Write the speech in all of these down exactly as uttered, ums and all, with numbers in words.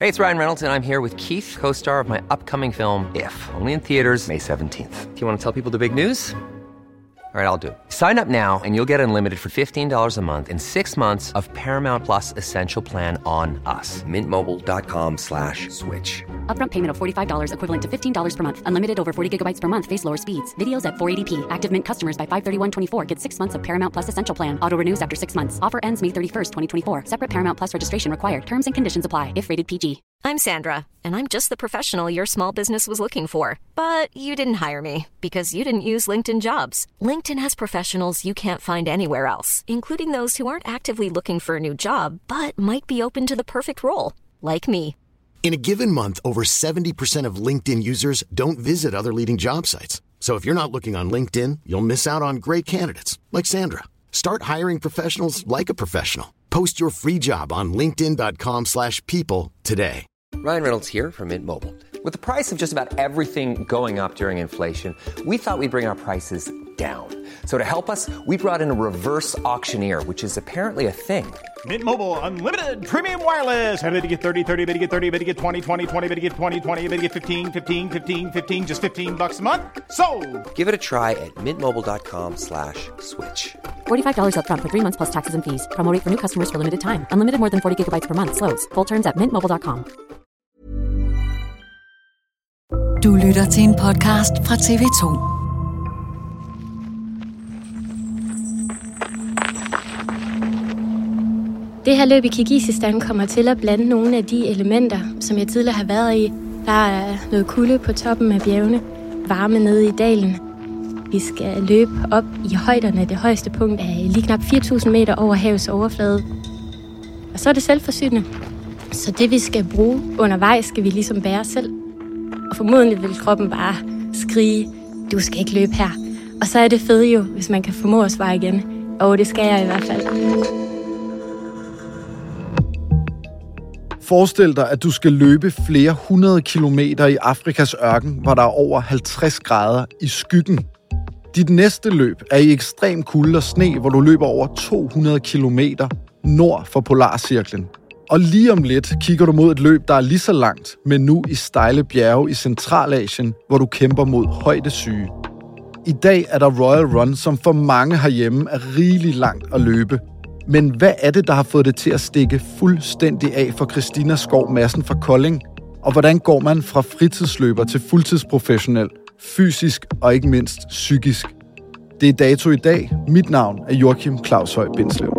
Hey, it's Ryan Reynolds, and I'm here with Keith, co-star of my upcoming film, If, only in theaters May seventeenth. Do you want to tell people the big news? All right, I'll do it. Sign up now and you'll get unlimited for fifteen dollars a month and six months of Paramount Plus Essential Plan on us. Mintmobile.com slash switch. Upfront payment of forty-five dollars equivalent to fifteen dollars per month. Unlimited over forty gigabytes per month. Face lower speeds. Videos at four eighty p. Active Mint customers by five thirty-one twenty-four get six months of Paramount Plus Essential Plan. Auto renews after six months. Offer ends May thirty-first, twenty twenty-four. Separate Paramount Plus registration required. Terms and conditions apply if rated P G. I'm Sandra, and I'm just the professional your small business was looking for. But you didn't hire me because you didn't use LinkedIn Jobs. LinkedIn has professionals you can't find anywhere else, including those who aren't actively looking for a new job, but might be open to the perfect role, like me. In a given month, over seventy percent of LinkedIn users don't visit other leading job sites. So if you're not looking on LinkedIn, you'll miss out on great candidates like Sandra. Start hiring professionals like a professional. Post your free job on linkedin.com slash people today. Ryan Reynolds here from Mint Mobile. With the price of just about everything going up during inflation, we thought we'd bring our prices down. So to help us, we brought in a reverse auctioneer, which is apparently a thing. Mint Mobile Unlimited Premium Wireless. How to get thirty, thirty, how to get thirty, how to get twenty, twenty, twenty, how to get twenty, twenty, how to get fifteen, fifteen, fifteen, fifteen, just fifteen bucks a month? Sold! Give it a try at mintmobile.com slash switch. forty-five dollars upfront for three months plus taxes and fees. Promo rate for new customers for limited time. Unlimited more than forty gigabytes per month. Slows full terms at mint mobile dot com. Du lytter til en podcast fra T V to. Det her løb i Kirgisistan kommer til at blande nogle af de elementer, som jeg tidligere har været i. Der er noget kulde på toppen af bjergene, varme nede i dalen. Vi skal løbe op i højderne. Det højeste punkt er lige knap fire tusind meter over havets overflade. Og så er det selvforsynende. Så det, vi skal bruge undervejs, skal vi ligesom bære selv. Og formodentlig vil kroppen bare skrige, du skal ikke løbe her. Og så er det fedt jo, hvis man kan formå at svare igen. Og det skal jeg i hvert fald. Forestil dig, at du skal løbe flere hundrede kilometer i Afrikas ørken, hvor der er over halvtreds grader i skyggen. Dit næste løb er i ekstrem kulde og sne, hvor du løber over to hundrede kilometer nord for polarcirklen. Og lige om lidt kigger du mod et løb, der er lige så langt, men nu i stejle bjerge i Centralasien, hvor du kæmper mod højdesyge. I dag er der Royal Run, som for mange herhjemme er rigeligt langt at løbe. Men hvad er det, der har fået det til at stikke fuldstændig af for Christina Skov Madsen fra Kolding? Og hvordan går man fra fritidsløber til fuldtidsprofessionel, fysisk og ikke mindst psykisk? Det er dato i dag. Mit navn er Joachim Claus Høj Bindslev.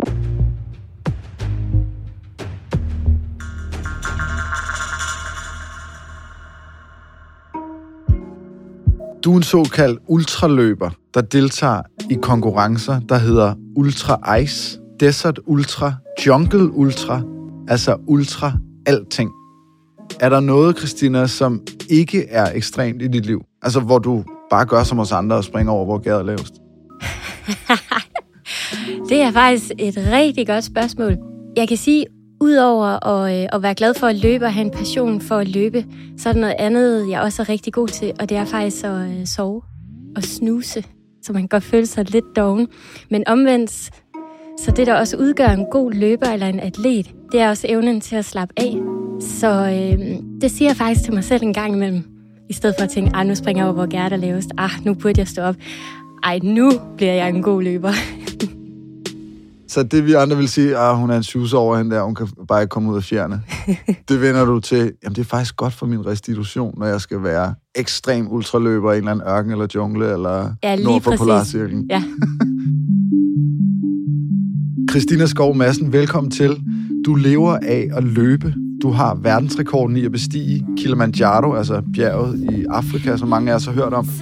Du er en såkaldt ultraløber, der deltager i konkurrencer, der hedder Ultra Ice, Desert Ultra, Jungle Ultra, altså ultra alting. Er der noget, Christina, som ikke er ekstremt i dit liv? Altså, hvor du bare gør som os andre og springer over, hvor gærdet er lavest? Det er faktisk et rigtig godt spørgsmål. Jeg kan sige, udover at, at være glad for at løbe og have en passion for at løbe, så er der noget andet, jeg også er rigtig god til, og det er faktisk at sove og snuse, så man kan godt føle sig lidt doven. Men omvendt, så det, der også udgør en god løber eller en atlet, det er også evnen til at slappe af. Så øh, det siger jeg faktisk til mig selv en gang imellem. I stedet for at tænke, ah, nu springer jeg over, hvor gærdet er lavest. Ah, nu burde jeg stå op. Ej, nu bliver jeg en god løber. Så det vi andre vil sige, at hun er en shoes over hende der, hun kan bare ikke komme ud af fjerne. Det vender du til, jamen det er faktisk godt for min restitution, når jeg skal være ekstrem ultraløber i en eller anden ørken eller jungle, eller ja, nord for polarcirklen. Ja. Christina Skov Madsen, velkommen til. Du lever af at løbe. Du har verdensrekorden i at bestige Kilimanjaro, altså bjerget i Afrika, som mange af os har hørt om.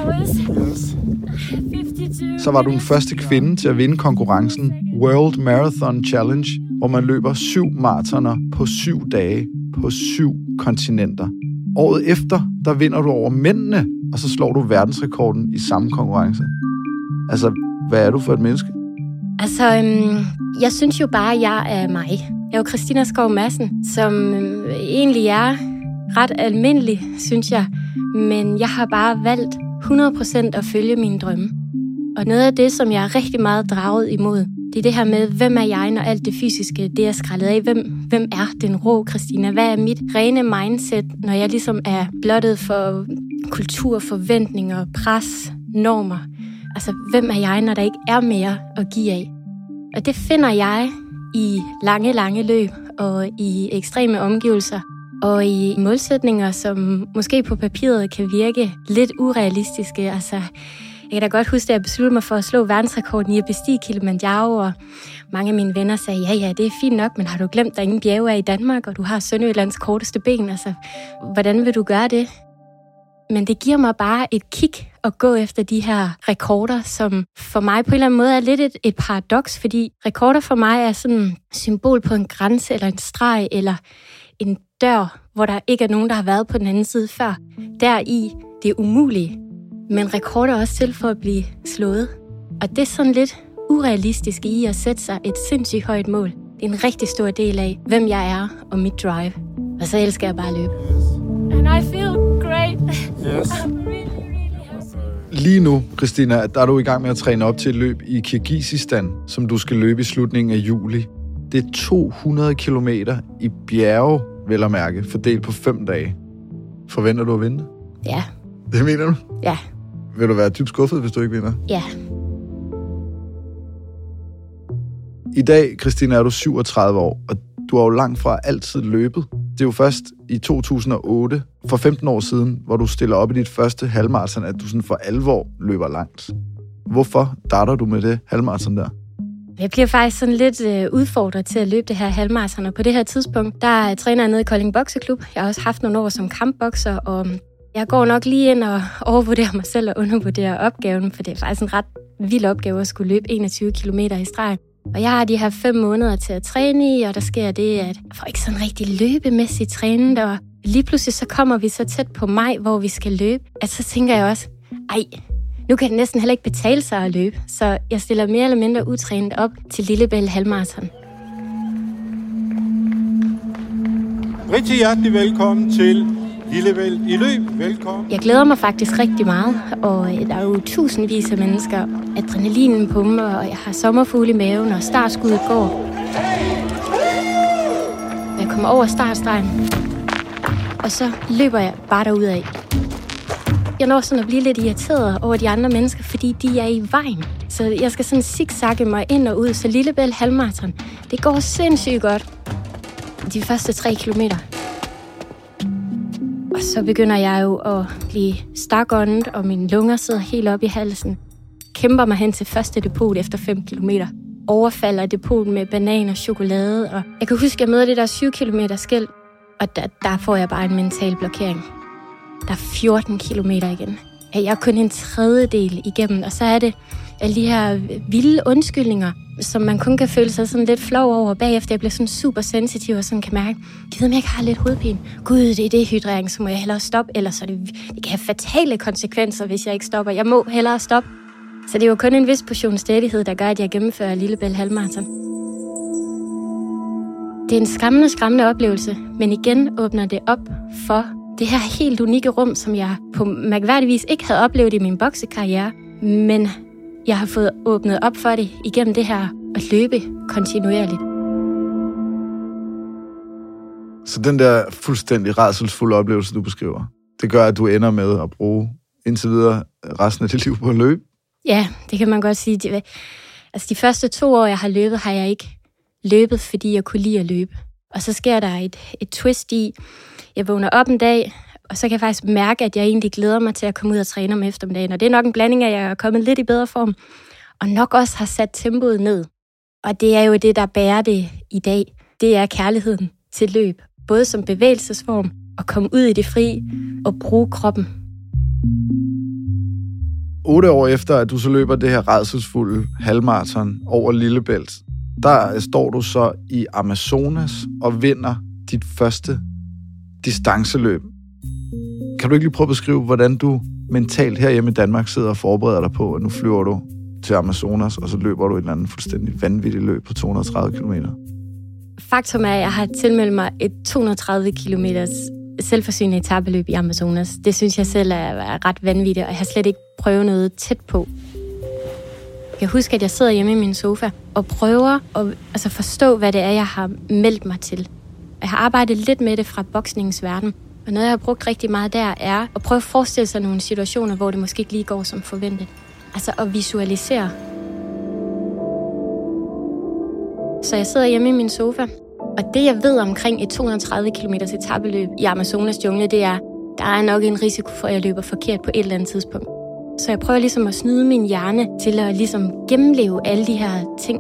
Så var du den første kvinde til at vinde konkurrencen World Marathon Challenge, hvor man løber syv maratoner på syv dage på syv kontinenter. Året efter, der vinder du over mændene, og så slår du verdensrekorden i samme konkurrence. Altså, hvad er du for et menneske? Altså, øhm, jeg synes jo bare, at jeg er mig. Jeg er jo Christina Skov Madsen, som øhm, egentlig er ret almindelig, synes jeg. Men jeg har bare valgt hundrede procent at følge mine drømme. Og noget af det, som jeg er rigtig meget draget imod, Det er det her med, hvem er jeg, når alt det fysiske, det er skrællet af. Hvem, hvem er den rå Christina? Hvad er mit rene mindset, når jeg ligesom er blottet for kultur, forventninger, pres, normer? Altså, hvem er jeg, når der ikke er mere at give af? Og det finder jeg i lange, lange løb og i ekstreme omgivelser og i målsætninger, som måske på papiret kan virke lidt urealistiske. Altså, jeg kan da godt huske, at jeg besluttede mig for at slå verdensrekorden i at bestige Kilimanjaro, og mange af mine venner sagde, ja, ja, det er fint nok, men har du glemt, at der ingen bjerge er i Danmark, og du har Sønderjyllands korteste ben? Altså, hvordan vil du gøre det? Men det giver mig bare et kick at gå efter de her rekorder, som for mig på en eller anden måde er lidt et, et paradoks, fordi rekorder for mig er sådan et symbol på en grænse, eller en streg, eller en dør, hvor der ikke er nogen, der har været på den anden side før. Deri det umulige. Men rekorder er også til for at blive slået. Og det er sådan lidt urealistisk i at sætte sig et sindssygt højt mål. Det er en rigtig stor del af, hvem jeg er og mit drive. Og så elsker jeg bare at løbe. And I feel great. Yes. Lige nu, Christina, der er du i gang med at træne op til et løb i Kirgisistan, som du skal løbe i slutningen af juli. Det er to hundrede kilometer i bjerge, vel at mærke, fordelt på fem dage. Forventer du at vinde? Ja. Det mener du? Ja. Vil du være dybt skuffet, hvis du ikke vinder? Ja. I dag, Christina, er du syvogtredive år, og du har jo langt fra altid løbet. Det er jo først i to tusind og otte, for femten år siden, hvor du stiller op i dit første halvmarathon, at du sådan for alvor løber langt. Hvorfor starter du med det halvmarathon der? Jeg bliver faktisk sådan lidt øh, udfordret til at løbe det her halvmarathon, og på det her tidspunkt, der træner jeg nede i Kolding Bokseklub. Jeg har også haft nogle år som kampbokser, og jeg går nok lige ind og overvurderer mig selv og undervurderer opgaven, for det er faktisk en ret vild opgave at skulle løbe enogtyve kilometer i streg. Og jeg har de her fem måneder til at træne i, og der sker det, at jeg får ikke sådan rigtig løbemæssigt trænet, og lige pludselig så kommer vi så tæt på maj, hvor vi skal løbe, at så tænker jeg også, ej, nu kan det næsten heller ikke betale sig at løbe, så jeg stiller mere eller mindre utrænet op til Lillebælt halvmarathon. Rigtig hjertelig velkommen til Lillebælt i løb. Velkommen. Jeg glæder mig faktisk rigtig meget, og der er jo tusindvis af mennesker. Adrenalinen pumper, og jeg har sommerfugle i maven, og startskuddet går. Jeg kommer over startstregen, og så løber jeg bare derudad. Jeg når sådan at blive lidt irriteret over de andre mennesker, fordi de er i vejen. Så jeg skal sådan zigzagge mig ind og ud, så Lillebælt halvmarathon, det går sindssygt godt. De første tre kilometer. Og så begynder jeg jo at blive stakåndet, og mine lunger sidder helt op i halsen. Kæmper mig hen til første depot efter fem kilometer. Overfalder depoten med banan og chokolade. Og jeg kan huske, at jeg møder det der syv kilometer skæld, og der, der får jeg bare en mental blokering. Der er fjorten kilometer igen. Jeg er kun en tredjedel igennem, og så er det alle de her vilde undskyldninger, som man kun kan føle sig sådan lidt flov over bagefter. Jeg bliver sådan super sensitiv og sådan kan mærke, jeg ved, om jeg ikke har lidt hovedpine. Gud, det er det hydrering, så må jeg hellere stoppe, ellers så det, det kan have fatale konsekvenser, hvis jeg ikke stopper. Jeg må hellere stoppe. Så det er jo kun en vis portion stædighed, der gør, at jeg gennemfører Lillebælt halvmarathon. Det er en skræmmende, skræmmende oplevelse, men igen åbner det op for det her helt unikke rum, som jeg på mærkværdigvis ikke havde oplevet i min boksekarriere, men jeg har fået åbnet op for det igennem det her at løbe kontinuerligt. Så den der fuldstændig rædselsfulde oplevelse, du beskriver, det gør, at du ender med at bruge indtil videre resten af dit liv på at løbe? Ja, det kan man godt sige. Altså de første to år, jeg har løbet, har jeg ikke løbet, fordi jeg kunne lide at løbe. Og så sker der et, et twist i, jeg vågner op en dag, og så kan jeg faktisk mærke, at jeg egentlig glæder mig til at komme ud og træne om eftermiddagen. Og det er nok en blanding af, at jeg er kommet lidt i bedre form, og nok også har sat tempoet ned. Og det er jo det, der bærer det i dag. Det er kærligheden til løb. Både som bevægelsesform, at komme ud i det fri og bruge kroppen. Otte år efter, at du så løber det her rædselsfulde halvmarathon over Lillebælt, der står du så i Amazonas og vinder dit første distanceløb. Kan du ikke lige prøve at beskrive, hvordan du mentalt herhjemme i Danmark sidder og forbereder dig på, at nu flyver du til Amazonas, og så løber du et eller andet fuldstændig vanvittigt løb på to hundrede og tredive kilometer? Faktum er, at jeg har tilmeldt mig et to hundrede og tredive kilometers selvforsynende etapeløb i Amazonas. Det synes jeg selv er ret vanvittigt, og jeg har slet ikke prøvet noget tæt på. Jeg Jeg husker, at jeg sidder hjemme i min sofa og prøver at altså forstå, hvad det er, jeg har meldt mig til. Jeg har arbejdet lidt med det fra boksningens verden, og noget, jeg har brugt rigtig meget der, er at prøve at forestille sig nogle situationer, hvor det måske ikke lige går som forventet. Altså at visualisere. Så jeg sidder hjemme i min sofa, og det, jeg ved omkring et to hundrede og tredive kilometer etapeløb i Amazonas jungle, det er, der er nok en risiko for, at jeg løber forkert på et eller andet tidspunkt. Så jeg prøver ligesom at snyde min hjerne til at ligesom gennemleve alle de her ting.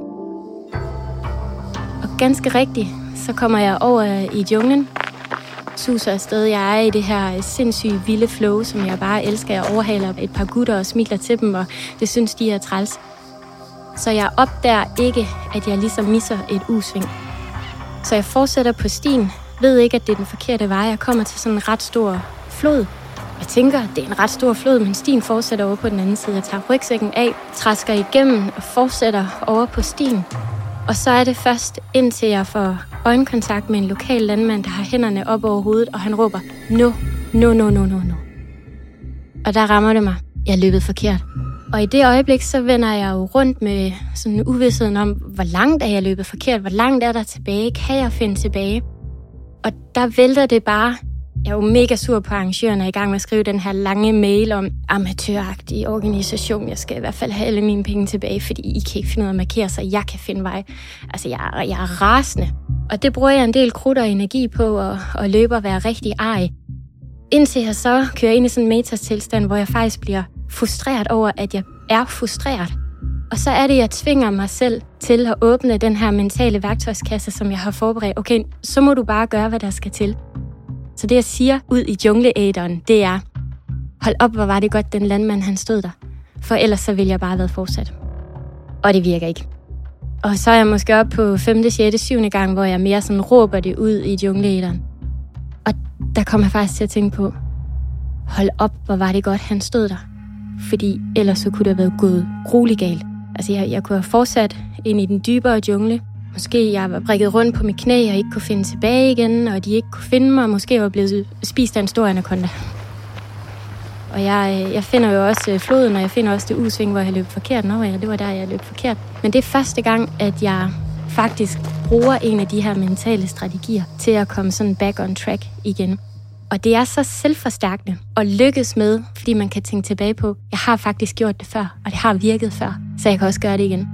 Og ganske rigtigt, så kommer jeg over i junglen, suser afsted. Jeg er i det her sindssyge vilde flow, som jeg bare elsker. Jeg overhaler et par gutter og smiler til dem, og det synes de er træls. Så jeg opdager ikke, at jeg ligesom misser et usving. Så jeg fortsætter på stien, ved ikke, at det er den forkerte vej. Jeg kommer til sådan en ret stor flod. Jeg tænker, at det er en ret stor flod, men stien fortsætter over på den anden side. Jeg tager rygsækken af, træsker igennem og fortsætter over på stien. Og så er det først, indtil jeg får øjenkontakt med en lokal landmand, der har hænderne op over hovedet, og han råber, no, no, no, no, no, no. Og der rammer det mig. Jeg er løbet forkert. Og i det øjeblik, så vender jeg jo rundt med sådan en uvidstheden om, hvor langt er jeg løbet forkert, hvor langt er der tilbage, kan jeg finde tilbage? Og der vælter det bare. Jeg er jo mega sur på arrangøren og er i gang med at skrive den her lange mail om amatøragtig organisation. Jeg skal i hvert fald have alle mine penge tilbage, fordi I kan ikke finde ud af at markere, så jeg kan finde vej. Altså, jeg, jeg er rasende. Og det bruger jeg en del krudt og energi på at, at løbe og være rigtig ej. Indtil jeg så kører ind i sådan en metastilstand, hvor jeg faktisk bliver frustreret over, at jeg er frustreret. Og så er det, jeg tvinger mig selv til at åbne den her mentale værktøjskasse, som jeg har forberedt. Okay, så må du bare gøre, hvad der skal til. Så det, jeg siger ud i jungleæderen, det er, hold op, hvor var det godt, den landmand, han stod der. For ellers så ville jeg bare have været fortsat. Og det virker ikke. Og så er jeg måske op på femte, sjette, syvende gang, hvor jeg mere sådan råber det ud i jungleæderen. Og der kommer jeg faktisk til at tænke på, hold op, hvor var det godt, han stod der. Fordi ellers så kunne det have været gået grueligt galt. Altså, jeg, jeg kunne have fortsat ind i den dybere jungle. Måske jeg var prikket rundt på mit knæ og ikke kunne finde tilbage igen, og de ikke kunne finde mig. Måske jeg var blevet spist af en stor anaconda. Og jeg, jeg finder jo også floden, og jeg finder også det usving, hvor jeg løb forkert. Nå ja, det var der, jeg løb forkert. Men det er første gang, at jeg faktisk bruger en af de her mentale strategier til at komme sådan back on track igen. Og det er så selvforstærkende og lykkes med, fordi man kan tænke tilbage på, jeg har faktisk gjort det før, og det har virket før, så jeg kan også gøre det igen.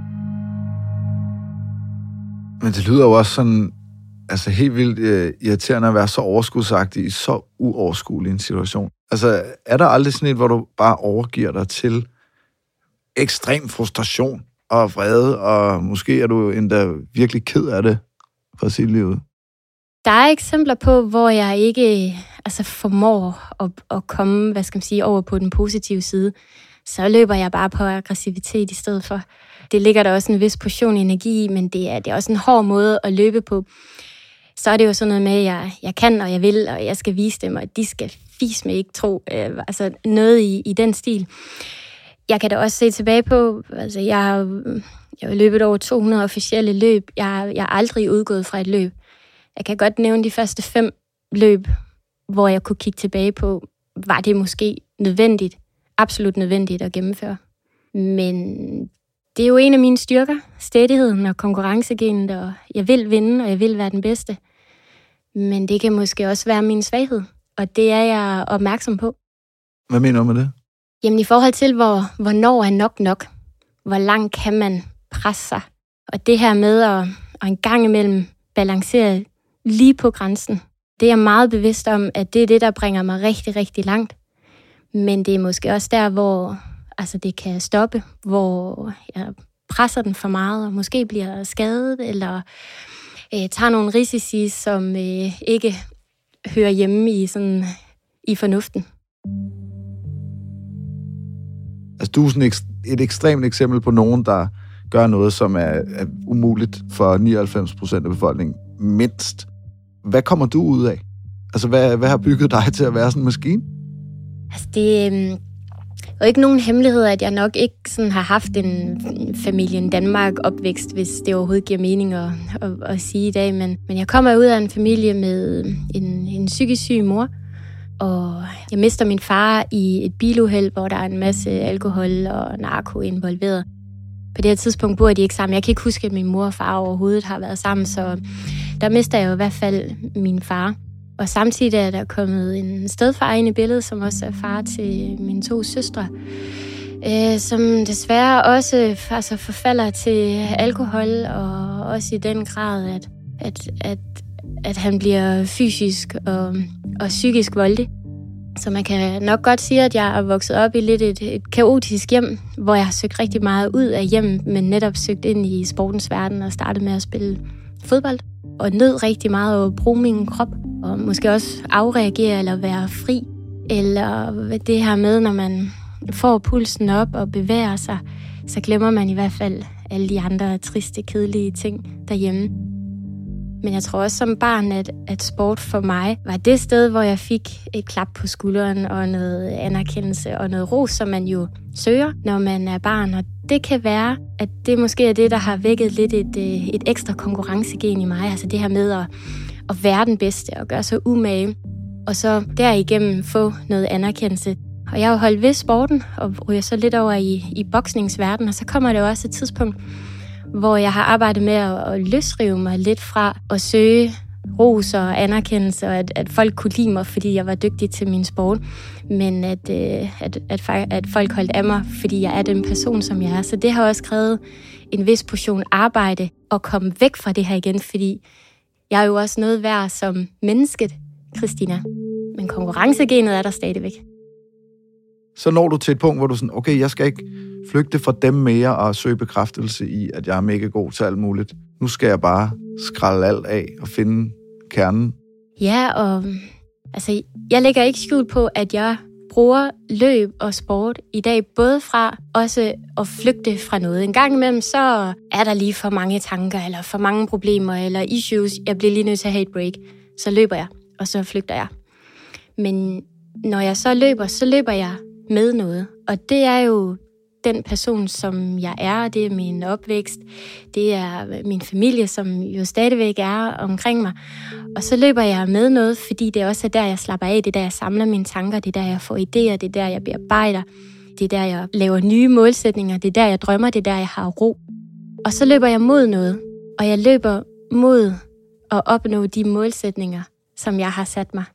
Men det lyder jo også sådan, altså helt vildt øh, irriterende at være så overskudsagtig i så uoverskuelig en situation. Altså, er der aldrig sådan et, hvor du bare overgiver dig til ekstrem frustration og vrede, og måske er du endda virkelig ked af det for at sige livet? Der er eksempler på, hvor jeg ikke altså, formår at, at komme, hvad skal man sige, over på den positive side. Så løber jeg bare på aggressivitet i stedet for. Det ligger der også en vis portion energi i, men det er, det er også en hård måde at løbe på. Så er det jo sådan noget med, at jeg, jeg kan, og jeg vil, og jeg skal vise dem, og de skal fis med ikke tro. Øh, altså noget i, i den stil. Jeg kan da også se tilbage på, altså jeg har, jeg har løbet over to hundrede officielle løb. Jeg, jeg er aldrig udgået fra et løb. Jeg kan godt nævne de første fem løb, hvor jeg kunne kigge tilbage på, var det måske nødvendigt, absolut nødvendigt at gennemføre. Men det er jo en af mine styrker, stædigheden og konkurrencegenet, og jeg vil vinde, og jeg vil være den bedste. Men det kan måske også være min svaghed, og det er jeg opmærksom på. Hvad mener du med det? Jamen i forhold til, hvor, hvornår er nok nok? Hvor langt kan man presse sig? Og det her med at, at en gang imellem balancere lige på grænsen, det er jeg meget bevidst om, at det er det, der bringer mig rigtig, rigtig langt. Men det er måske også der, hvor altså, det kan stoppe, hvor jeg presser den for meget, og måske bliver skadet, eller øh, tager nogle risici, som øh, ikke hører hjemme i, sådan, i fornuften. Altså, du er sådan et ekstremt eksempel på nogen, der gør noget, som er, er umuligt for nioghalvfems procent af befolkningen, mindst. Hvad kommer du ud af? Altså, hvad, hvad har bygget dig til at være sådan en maskine? Altså, det er jo ikke nogen hemmelighed, at jeg nok ikke sådan har haft en familien Danmark opvækst, hvis det overhovedet giver mening at, at, at sige i dag. Men, men jeg kommer ud af en familie med en, en psykisk syg mor, og jeg mister min far i et biluheld, hvor der er en masse alkohol og narko involveret. På det her tidspunkt bor de ikke sammen. Jeg kan ikke huske, at min mor og far overhovedet har været sammen, så der mister jeg jo i hvert fald min far. Og samtidig er der kommet en stedfar ind i billedet, som også er far til mine to søstre, øh, som desværre også altså, forfalder til alkohol, og også i den grad, at, at, at, at han bliver fysisk og, og psykisk voldelig. Så man kan nok godt sige, at jeg er vokset op i lidt et, et kaotisk hjem, hvor jeg har søgt rigtig meget ud af hjemmet, men netop søgt ind i sportens verden og startet med at spille fodbold. Og nød rigtig meget at bruge min krop, og måske også afreagere eller være fri. Eller det her med, når man får pulsen op og bevæger sig, så glemmer man i hvert fald alle de andre triste, kedelige ting derhjemme. Men jeg tror også som barn, at, at sport for mig var det sted, hvor jeg fik et klap på skulderen og noget anerkendelse og noget ros, som man jo søger, når man er barn. Og det kan være, at det måske er det, der har vækket lidt et, et ekstra konkurrencegen i mig. Altså det her med at, at være den bedste og gøre sig umage, og så derigennem få noget anerkendelse. Og jeg har jo holdt ved sporten og ryger så lidt over i, i boksningsverdenen, og så kommer det jo også et tidspunkt, hvor jeg har arbejdet med at, at løsrive mig lidt fra at søge ros og anerkendelse, og at, at folk kunne lide mig, fordi jeg var dygtig til min sport, men at, at, at, at folk holdt af mig, fordi jeg er den person, som jeg er. Så det har også krævet en vis portion arbejde at komme væk fra det her igen, fordi jeg er jo også noget værd som mennesket, Christina. Men konkurrencegenet er der stadigvæk. Så når du til et punkt, hvor du sådan, okay, jeg skal ikke flygte fra dem mere og søge bekræftelse i, at jeg er mega god til alt muligt. Nu skal jeg bare skralde alt af og finde kernen. Ja, og altså, jeg lægger ikke skjul på, at jeg bruger løb og sport i dag, både fra også at flygte fra noget. En gang imellem, så er der lige for mange tanker, eller for mange problemer, eller issues. Jeg bliver lige nødt til at have et break. Så løber jeg, og så flygter jeg. Men når jeg så løber, så løber jeg med noget. Og det er jo den person, som jeg er. Det er min opvækst. Det er min familie, som jo stadigvæk er omkring mig. Og så løber jeg med noget, fordi det også er der, jeg slapper af. Det er der, jeg samler mine tanker. Det er der, jeg får idéer. Det er der, jeg bearbejder. Det er der, jeg laver nye målsætninger. Det er der, jeg drømmer. Det er der, jeg har ro. Og så løber jeg mod noget. Og jeg løber mod at opnå de målsætninger, som jeg har sat mig.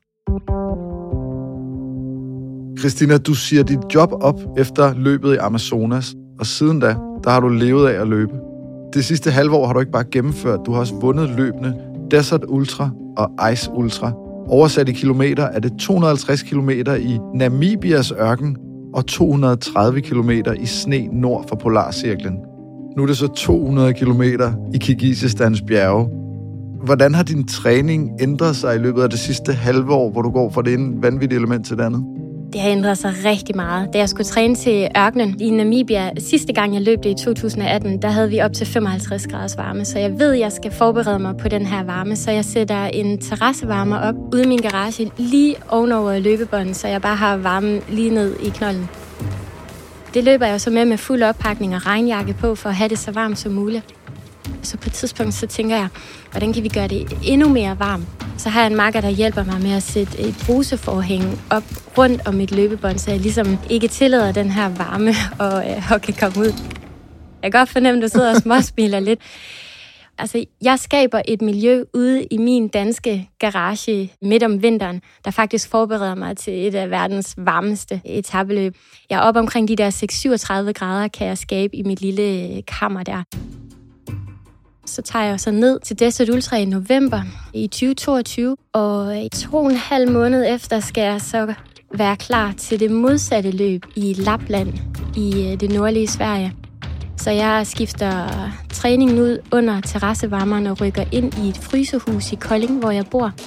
Christina, du siger dit job op efter løbet i Amazonas, og siden da, der har du levet af at løbe. Det sidste halve år har du ikke bare gennemført, du har også vundet løbende Desert Ultra og Ice Ultra. Oversat i kilometer er det to hundrede og halvtreds kilometer i Namibias ørken og to hundrede og tredive kilometer i sne nord for Polarcirklen. Nu er det så to hundrede kilometer i Kirgisistans bjerge. Hvordan har din træning ændret sig i løbet af det sidste halve år, hvor du går fra det ene vanvittige element til det andet? Det har ændret sig rigtig meget. Da jeg skulle træne til ørkenen i Namibia, sidste gang jeg løb det i to tusind og atten, der havde vi op til femoghalvtreds graders varme, så jeg ved, at jeg skal forberede mig på den her varme, så jeg sætter en terrassevarmer op ude i min garage lige ovenover løbebånden, så jeg bare har varmen lige ned i knolden. Det løber jeg så med med fuld oppakning og regnjakke på, for at have det så varmt som muligt. Så på et tidspunkt, så tænker jeg, hvordan kan vi gøre det endnu mere varmt? Så har jeg en makker, der hjælper mig med at sætte et bruseforhæng op rundt om mit løbebånd, så jeg ligesom ikke tillader den her varme og, øh, og kan komme ud. Jeg kan godt fornemme, at du sidder og småsmiler lidt. Altså, jeg skaber et miljø ude i min danske garage midt om vinteren, der faktisk forbereder mig til et af verdens varmeste etapeløb. Jeg er oppe omkring de der seks til syvogtredive grader, kan jeg skabe i mit lille kammer der. Så tager jeg så ned til Desert Ultra i november i tyve toogtyve, og i to og en halv måned efter skal jeg så være klar til det modsatte løb i Lapland i det nordlige Sverige. Så jeg skifter træningen ud under terrassevarmeren og rykker ind i et frysehus i Kolding, hvor jeg bor.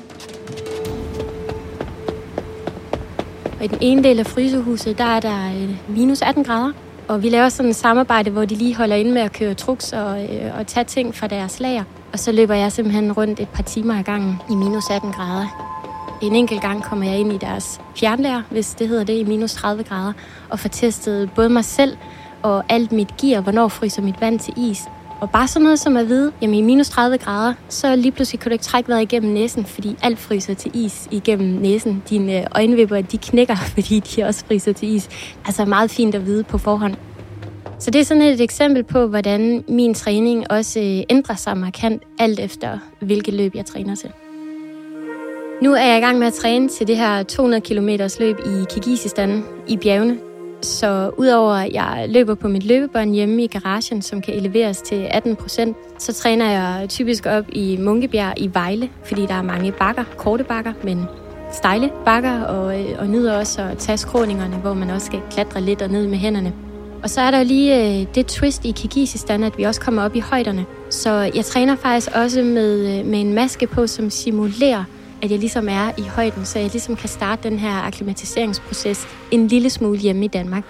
Og i den ene del af frysehuset, der er der minus atten grader. Og vi laver sådan et samarbejde, hvor de lige holder inde med at køre trucks og, øh, og tage ting fra deres lager. Og så løber jeg simpelthen rundt et par timer ad gangen i minus atten grader. En enkelt gang kommer jeg ind i deres fjernlager, hvis det hedder det, i minus tredive grader, og får testet både mig selv og alt mit gear, hvornår fryser mit vand til is. Og bare sådan noget som at vide, jamen i minus tredive grader, så lige pludselig kan du ikke trække vejret igennem næsen, fordi alt fryser til is igennem næsen. Dine øjenvipper, de knækker, fordi de også fryser til is. Altså meget fint at vide på forhånd. Så det er sådan et eksempel på, hvordan min træning også ændrer sig markant, alt efter hvilket løb jeg træner til. Nu er jeg i gang med at træne til det her to hundrede kilometers løb i Kirgisistan i bjergene. Så udover at jeg løber på mit løbebånd hjemme i garagen, som kan eleveres til atten procent, så træner jeg typisk op i Munkebjerg i Vejle, fordi der er mange bakker, korte bakker, men stejle bakker, og, og nyder også at tage skråningerne, hvor man også skal klatre lidt og ned med hænderne. Og så er der jo lige øh, det twist i Kirgisistan, at vi også kommer op i højderne. Så jeg træner faktisk også med, med en maske på, som simulerer, at jeg ligesom er i højden, så jeg ligesom kan starte den her akklimatiseringsproces en lille smule hjemme i Danmark.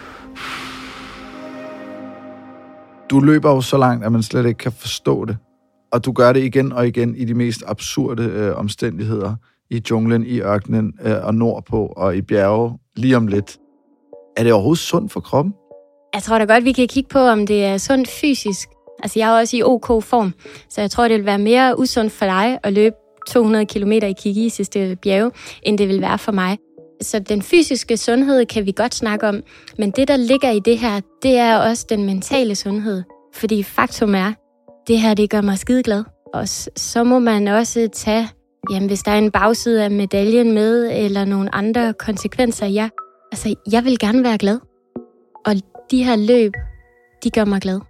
Du løber jo så langt, at man slet ikke kan forstå det. Og du gør det igen og igen i de mest absurde øh, omstændigheder. I junglen, i ørkenen øh, og nordpå og i bjerge lige om lidt. Er det overhovedet sundt for kroppen? Jeg tror da godt, vi kan kigge på, om det er sundt fysisk. Altså, jeg er også i OK form, så jeg tror, det vil være mere usundt for dig at løbe to hundrede kilometer i kirgisiske bjerge, end det vil være for mig. Så den fysiske sundhed kan vi godt snakke om, men det, der ligger i det her, det er også den mentale sundhed. Fordi faktum er, det her, det gør mig skideglad. Og så må man også tage, jamen, hvis der er en bagside af medaljen med, eller nogle andre konsekvenser, ja. Altså, jeg vil gerne være glad. Og de her løb, de gør mig glad.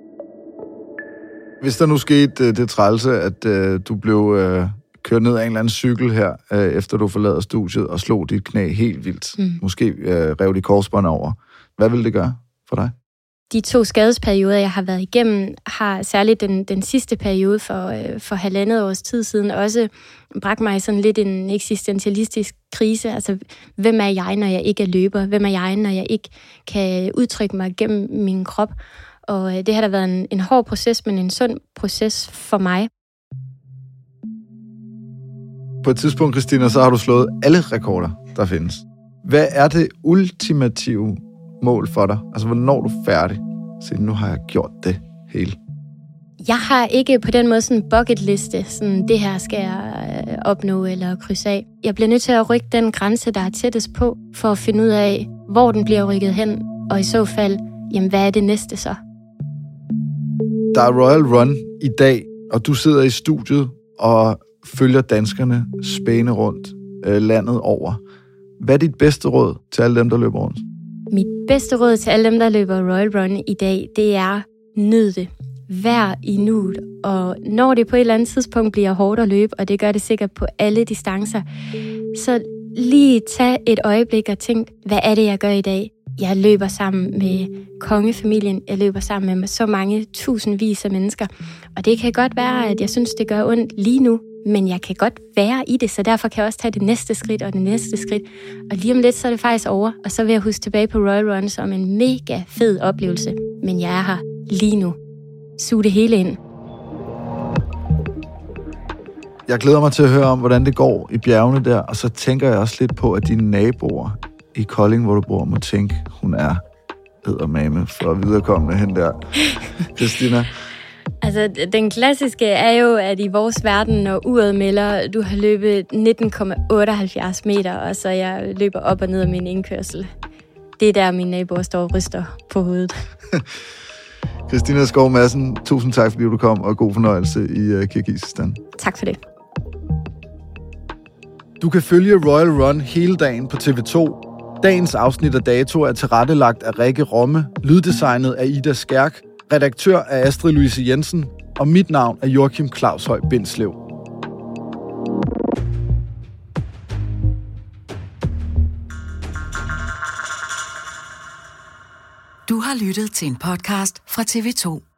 Hvis der nu skete uh, det trælse, at uh, du blev uh, kørt ned af en eller anden cykel her, uh, efter du forlader studiet, og slog dit knæ helt vildt, mm. måske uh, rev dit korsbånd over, hvad ville det gøre for dig? De to skadesperioder, jeg har været igennem, har særligt den, den sidste periode for, øh, for halvandet års tid siden også bragt mig sådan lidt en eksistentialistisk krise. Altså, hvem er jeg, når jeg ikke er løber? Hvem er jeg, når jeg ikke kan udtrykke mig gennem min krop? Og øh, det har da været en, en hård proces, men en sund proces for mig. På et tidspunkt, Christina, så har du slået alle rekorder, der findes. Hvad er det ultimative mål for dig? Altså, hvornår er du færdig? Så nu har jeg gjort det hele. Jeg har ikke på den måde sådan en bucketliste, sådan det her skal jeg opnå eller krydse af. Jeg bliver nødt til at rykke den grænse, der er tættest på, for at finde ud af, hvor den bliver rykket hen, og i så fald, jamen, hvad er det næste så? Der er Royal Run i dag, og du sidder i studiet og følger danskerne spæne rundt øh, landet over. Hvad er dit bedste råd til alle dem, der løber rundt? Mit bedste råd til alle dem, der løber Royal Run i dag, det er nyd det. Vær i nuet. Og når det på et eller andet tidspunkt bliver hårdt at løbe, og det gør det sikkert på alle distancer, så lige tag et øjeblik og tænk, hvad er det, jeg gør i dag? Jeg løber sammen med kongefamilien. Jeg løber sammen med så mange tusindvis af mennesker. Og det kan godt være, at jeg synes, det gør ondt lige nu, men jeg kan godt være i det, så derfor kan jeg også tage det næste skridt og det næste skridt. Og lige om lidt, så er det faktisk over, og så vil jeg huske tilbage på Royal Run som en mega fed oplevelse. Men jeg er her lige nu. Sug det hele ind. Jeg glæder mig til at høre om, hvordan det går i bjergene der, og så tænker jeg også lidt på, at dine naboer i Kolding, hvor du bor, må tænke, hun er eddermame for at viderekomme hen der. Christina? Altså, den klassiske er jo, at i vores verden, når uret melder, du har løbet nitten komma otteoghalvfjerds meter, og så jeg løber op og ned af min indkørsel. Det er der, mine naboer står og ryster på hovedet. Christina Skov Madsen, tusind tak, fordi du kom, og god fornøjelse i uh, Kirgisistan. Tak for det. Du kan følge Royal Run hele dagen på T V to. Dagens afsnit af Dato er tilrettelagt af Rikke Romme, lyddesignet af Ida Skærk, redaktør af Astrid Louise Jensen, og mit navn er Joachim Claus Høj Bindslev. Du har lyttet til en podcast fra T V to.